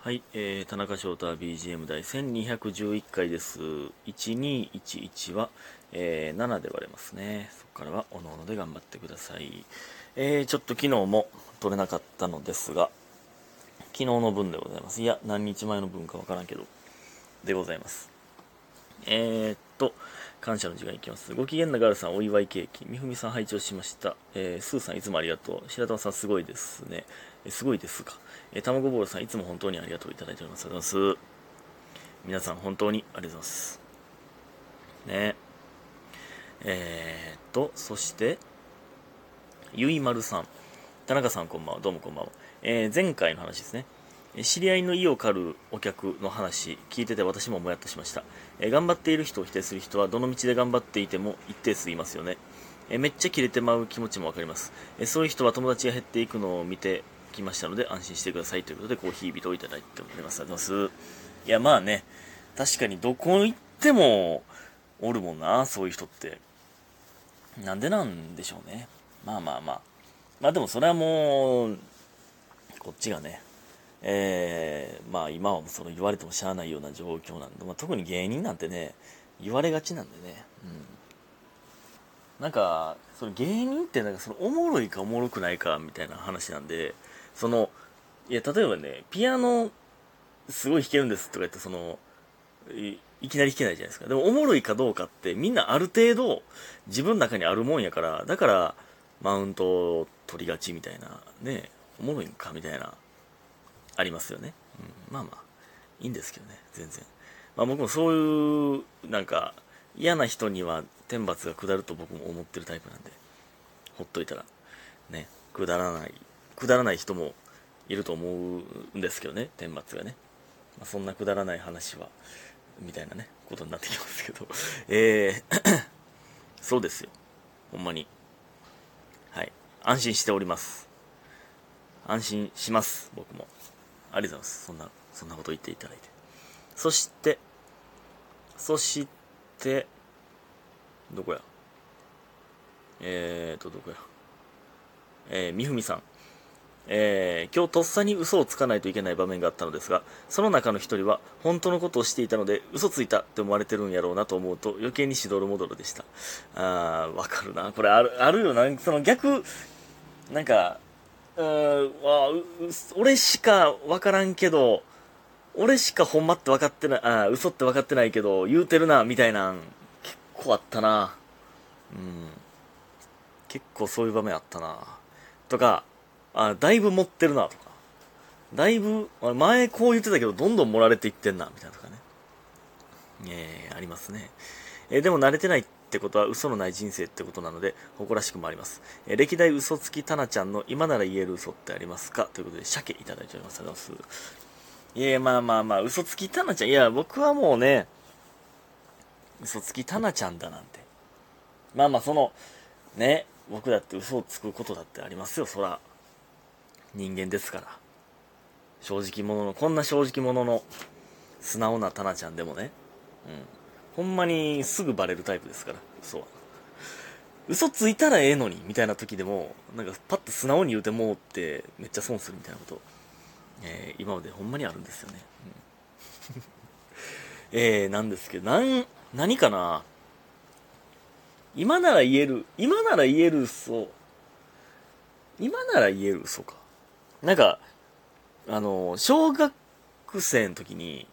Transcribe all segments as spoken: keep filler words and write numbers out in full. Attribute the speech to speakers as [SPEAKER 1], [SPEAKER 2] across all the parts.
[SPEAKER 1] はい、えー、田中翔太 ビージーエム 第せんにひゃくじゅういっかいです。いちにいちいちは、えー、ななで割れますね。そこからはおのおので頑張ってください。えー、ちょっと昨日も取れなかったのですが、昨日の分でございます。いや、何日前の分かわからんけど、でございます。えーっと、感謝の時間いきます。ご機嫌なガールさん、お祝いケーキ。みふみさん、拝聴しました。えー、スーさん、いつもありがとう。白玉さん、すごいですね。えー、すごいですか。えー、たまごボールさん、いつも本当にありがとういただいております。ありがとうございます。皆さん、本当にありがとうございます。ね。えーっと、そして、ゆいまるさん。田中さん、こんばんは。どうもこんばんは。えー、前回の話ですね。知り合いの意を狩るお客の話聞いてて私ももやっとしました。えー頑張っている人を否定する人はどの道で頑張っていても一定数いますよね。えーめっちゃキレてまう気持ちもわかります。えーそういう人は友達が減っていくのを見てきましたので安心してくださいということでコーヒー人をいただいております。ありがとうございます。いやまあね、確かにどこ行ってもおるもんな、そういう人って。なんでなんでしょうね。まあまあまあ。まあでもそれはもう、こっちがね、えー、まあ今はその言われてもしゃあないような状況なんで、まあ、特に芸人なんてね、言われがちなんでね、うん。なんか、その芸人ってなんかそのおもろいかおもろくないかみたいな話なんで、その、いや、例えばね、ピアノすごい弾けるんですとか言って、その、い、いきなり弾けないじゃないですか。でもおもろいかどうかってみんなある程度自分の中にあるもんやから、だからマウントを取りがちみたいな、ね、おもろいんかみたいな、ありますよね。うん、まあまあ、いいんですけどね、全然。まあ僕もそういう、なんか、嫌な人には天罰が下ると僕も思ってるタイプなんで、ほっといたら、ね、下らない、下らない人もいると思うんですけどね、天罰がね。まあ、そんなくだらない話は、みたいなね、ことになってきますけど。えー、そうですよ。ほんまに。はい。安心しております。安心します、僕も。ありがとうございます。そんな、そんなこと言っていただいて。そして、そして、どこやえーと、どこやえー、みふみさん。えー、今日とっさに嘘をつかないといけない場面があったのですが、その中の一人は本当のことをしていたので嘘ついたって思われてるんやろうなと思うと余計にしどろもどろでした。あー、わかるな。これある、あるよな。その逆、なんか、うーん、あう俺しかわからんけど、俺しかほんまって分かってない、あ嘘って分かってないけど、言うてるな、みたいなん、結構あったな。うん。結構そういう場面あったな。とか、あ、だいぶ持ってるな、とか。だいぶ、前こう言ってたけど、どんどん盛られていってんな、みたいなとかね。えー、ありますね。えー、でも慣れてないってことは嘘のない人生ってことなので、誇らしくもあります。えー、歴代嘘つきタナちゃんの今なら言える嘘ってありますかということで、鮭いただいております。ありがとうございます。いや、まあまあまあ、嘘つきタナちゃん。いや、僕はもうね、嘘つきタナちゃんだなんて。まあまあ、その、ね、僕だって嘘をつくことだってありますよ、そら。人間ですから。正直者の、こんな正直者の素直なタナちゃんでもね、うん。ほんまにすぐバレるタイプですから、嘘は。嘘ついたらええのに、みたいな時でも、なんかパッと素直に言うてもうって、めっちゃ損するみたいなこと、えー、今までほんまにあるんですよね。うん、えー、なんですけど、なん、何かな今なら言える、今なら言える嘘、今なら言える嘘か。なんか、あの、小学生の時に、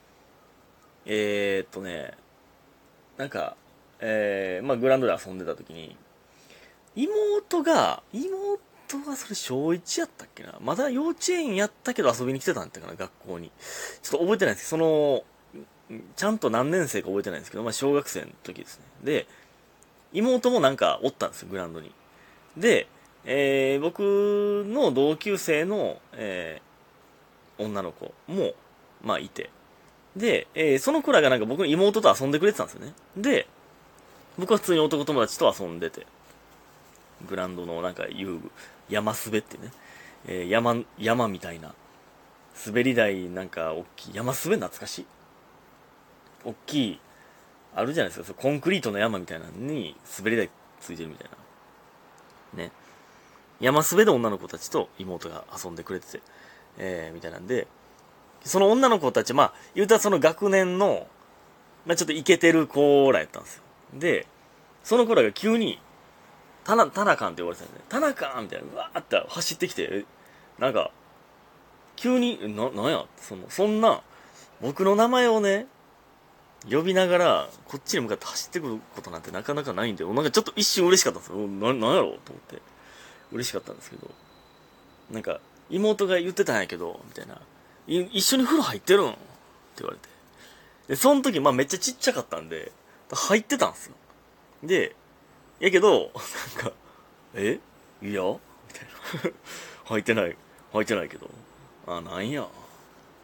[SPEAKER 1] えー、っとね、なんか、えー、まあ、グラウンドで遊んでた時に、妹が、妹がそれ小いちやったっけな、まだ幼稚園やったけど遊びに来てたんだったかな、学校に。ちょっと覚えてないんですけど、その、ちゃんと何年生か覚えてないんですけど、まあ、小学生の時ですね。で、妹もなんかおったんですよ、グラウンドに。で、えー、僕の同級生の、えー、女の子も、まあ、いて。で、えー、その子らがなんか僕の妹と遊んでくれてたんですよね。で、僕は普通に男友達と遊んでて、グラウンドのなんか遊具、山滑ってね、えー、山、山みたいな、滑り台なんか大きい、山滑懐かしい大きい、あるじゃないですか、そコンクリートの山みたいなのに滑り台ついてるみたいな。ね。山滑で女の子たちと妹が遊んでくれてて、えー、みたいなんで、 その女の子たち、まあ、言うたらその学年の、まあちょっとイケてる子らやったんですよ。で、その子らが急に、タナ、タナカンって呼ばれてたんですね。タナカンみたいな、うわーって走ってきて、なんか、急に、な、なんやその、そんな、僕の名前をね、呼びながら、こっちに向かって走ってくることなんてなかなかないんで、なんかちょっと一瞬嬉しかったんですよ。な、なんやろうと思って。嬉しかったんですけど、なんか、妹が言ってたんやけど、みたいな。い一緒に風呂入ってるんって言われて。で、その時、まあめっちゃちっちゃかったんで、入ってたんですよ。で、やけど、なんか、えいやみたいな。入ってない、入ってないけど。あ、なんやって、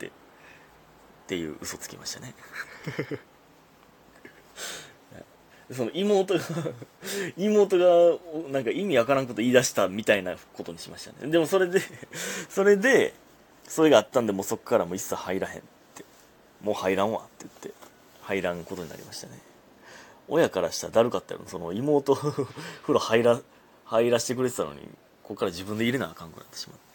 [SPEAKER 1] っていう嘘つきましたね。その妹が妹が、なんか意味わからんこと言い出したみたいなことにしましたね。でもそれでそれで、それがあったんで、もうそっからもう一切入らへんって。もう入らんわって言って、入らんことになりましたね。親からしたらだるかったよ。その妹、風呂入ら、入らしてくれてたのに、ここから自分で入れなあかんくなってしまって。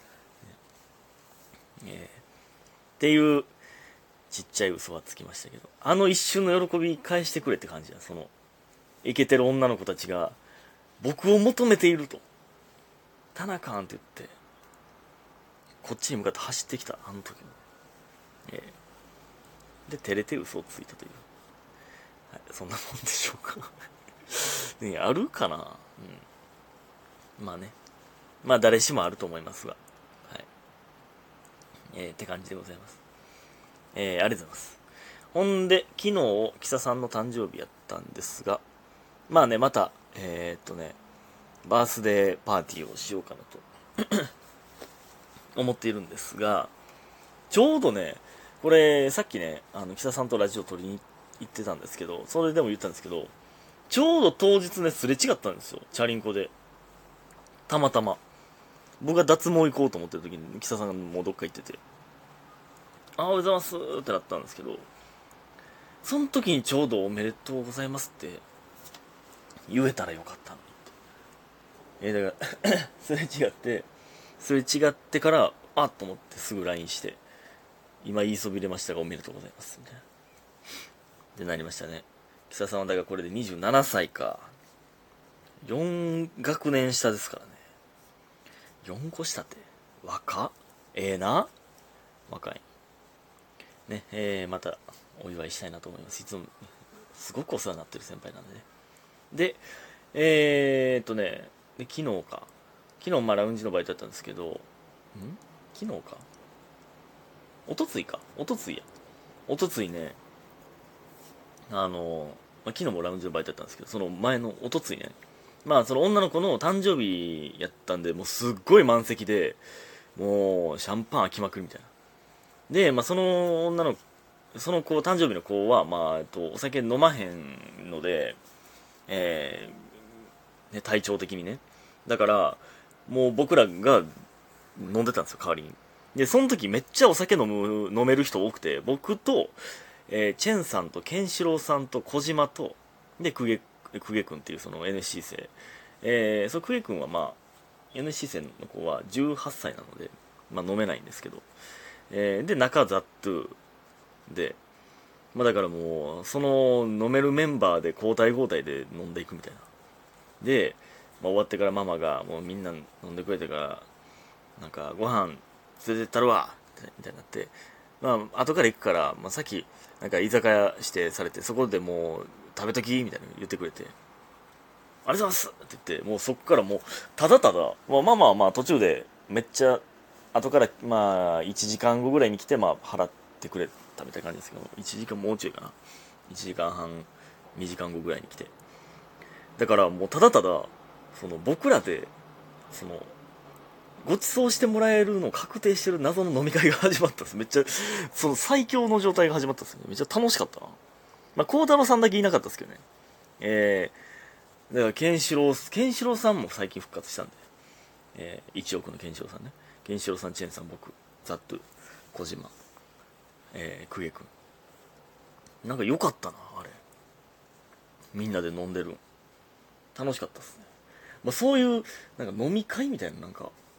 [SPEAKER 1] ね、えー、っていう、ちっちゃい嘘はつきましたけど、あの一瞬の喜び返してくれって感じだ。その、イケてる女の子たちが、僕を求めていると。タナカンって言って、こっちに向かって走ってきた、あの時の。えー、で、照れて嘘をついたという。はい、そんなもんでしょうか。ね、あるかな、うん、まあね。まあ誰しもあると思いますが。はい。えー、って感じでございます。えー、ありがとうございます。ほんで、昨日、キサさんの誕生日やったんですが、まあね、また、えー、っとね、バースデーパーティーをしようかなと思っているんですが、ちょうどね、これ、さっきね、あの、キサさんとラジオ撮りに行ってたんですけど、それでも言ったんですけど、ちょうど当日ね、すれ違ったんですよ。チャリンコで。たまたま。僕が脱毛行こうと思ってる時に、キサさんがもうどっか行ってて、あ、おはようございますってなったんですけど、その時にちょうどおめでとうございますって言えたらよかったのにって。えー、だからすれ違って、すれ違ってから、あっと思ってすぐ ライン して、今言いそびれましたがおめでとうございます。みたいな。ってなりましたね。キサさんはだからこれでにじゅうななさいか。よん学年下ですからね。よんこ下って、若っええー、な若い。ね、えー、またお祝いしたいなと思います。いつも、すごくお世話になってる先輩なんでね。で、えーっとね、で昨日か。昨日まあラウンジのバイトだったんですけど、ん昨日か。おとついか。おとついや。おとついね、あの、まあ、昨日もラウンジのバイトだったんですけど、その前のおとついね、まあその女の子の誕生日やったんで、もうすっごい満席で、もうシャンパン開きまくるみたいな。で、まあその女の、その子、誕生日の子は、まあ、えっと、お酒飲まへんので、えー、ね、体調的にね。だから、もう僕らが飲んでたんですよ、代わりに。で、その時めっちゃお酒飲む、飲める人多くて、僕と、えー、チェンさんとケンシロウさんと小島と、で、クゲ、クゲ君っていうその エヌエスシー 生。えー、そのクゲ君はまあ、エヌエスシー 生の子はじゅうはっさいなので、まあ飲めないんですけど、えー、で、中ザットゥで、まあだからもう、その飲めるメンバーで交代交代で飲んでいくみたいな。で、まあ、終わってからママがもうみんな飲んでくれてから、なんかご飯連れてったるわみたいになって、まあ後から行くから、まあ、さっきなんか居酒屋指定されて、そこでもう食べときみたいな言ってくれて、ありがとうございますって言って、もうそこからもうただただ、まあまあまあまあ途中でめっちゃ後からまあいちじかんごぐらいに来て、まあ払ってくれたみたいな感じですけど、いちじかんもうちょいかな、いちじかんはんにじかんごぐらいに来て、だからもうただただその僕らでそのご馳走してもらえるのを確定してる謎の飲み会が始まったんです。めっちゃその最強の状態が始まったんですよね。めっちゃ楽しかったな。まあ孝太郎さんだけいなかったですけどね。えー、だからケンシロウケンシロウさんも最近復活したんで、えー、いちおくのケンシロウさんね、ケンシロウさん、チェンさん、僕、ザットゥ、小島、えー、クゲ君、なんか良かったなあれ。みんなで飲んでる、楽しかったっすね。まあ、そういうなんか飲み会みたいな、なんか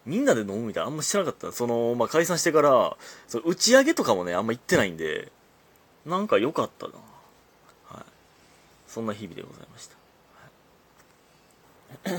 [SPEAKER 1] みんなで飲むみたいなあんま知らなかった。その、まあ、解散してから、その打ち上げとかもね、あんま行ってないんで、なんか良かったな。はい。そんな日々でございました。はい、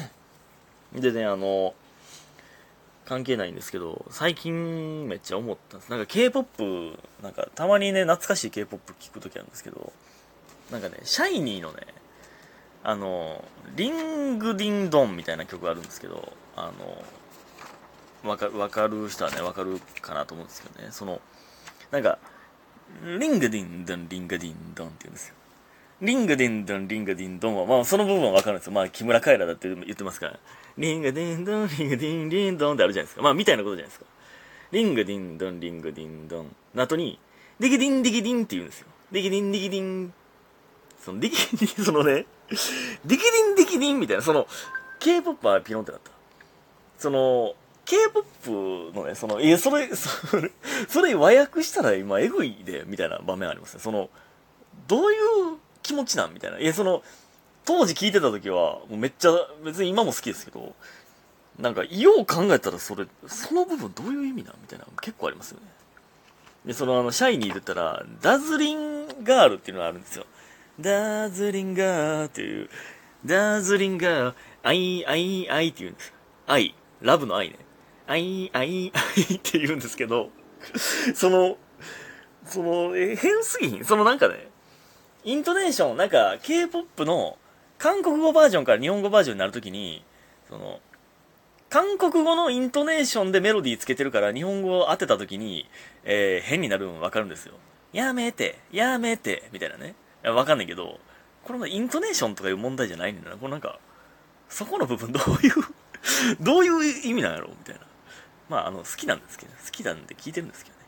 [SPEAKER 1] でね、あの、関係ないんですけど、最近めっちゃ思ったんです。なんか K-ポップ、なんかたまにね、懐かしい K-ポップ 聞くときあるんですけど、なんかね、シャイニーのね、あの、リングディンドンみたいな曲があるんですけど、あの、わかわかる人はね、わかるかなと思うんですけどね、その、なんか、リングディンドン、リングディンドンって言うんですよ。リングディンドン、リングディンドンは、まあその部分はわかるんですよ。まあ木村カエラだって言ってますから。リングディンドン、リングディン、リンドンってあるじゃないですか。まあみたいなことじゃないですか。リングディンドン、リングディンドンの後に、ディギディンディギディンって言うんですよ。ディギディンディギディン。そのディギディン、そのね、ディギディンディギディンみたいな、その、K-ポップ はピロンってなった。その、K-ポップ のね、その、いや、それ、それ、それ和訳したら今エグいで、みたいな場面ありますね。その、どういう気持ちなんみたいな。いや、その、当時聞いてた時は、もうめっちゃ、別に今も好きですけど、なんか、よう考えたらそれ、その部分どういう意味なんみたいな、結構ありますよね。で、その、あの、シャイニーで言ったら、ダズリンガールっていうのがあるんですよ。ダズリンガーっていう、ダズリンガー、アイ、アイ、アイって言うんですよ。愛、ラブの愛ね。アイ、アイ、アイって言うんですけど、その、その、え、変すぎひんそのなんかね、イントネーション、なんか、K-ポップ の韓国語バージョンから日本語バージョンになるときに、その、韓国語のイントネーションでメロディーつけてるから日本語を当てたときに、えー、変になるのわかるんですよ。やめて、やめて、みたいなね。わかんないけど、これもイントネーションとかいう問題じゃないんだな。これなんか、そこの部分どういうどういう意味なんやろうみたいな。まあ、あの、好きなんですけど、好きなんで聞いてるんですけどね。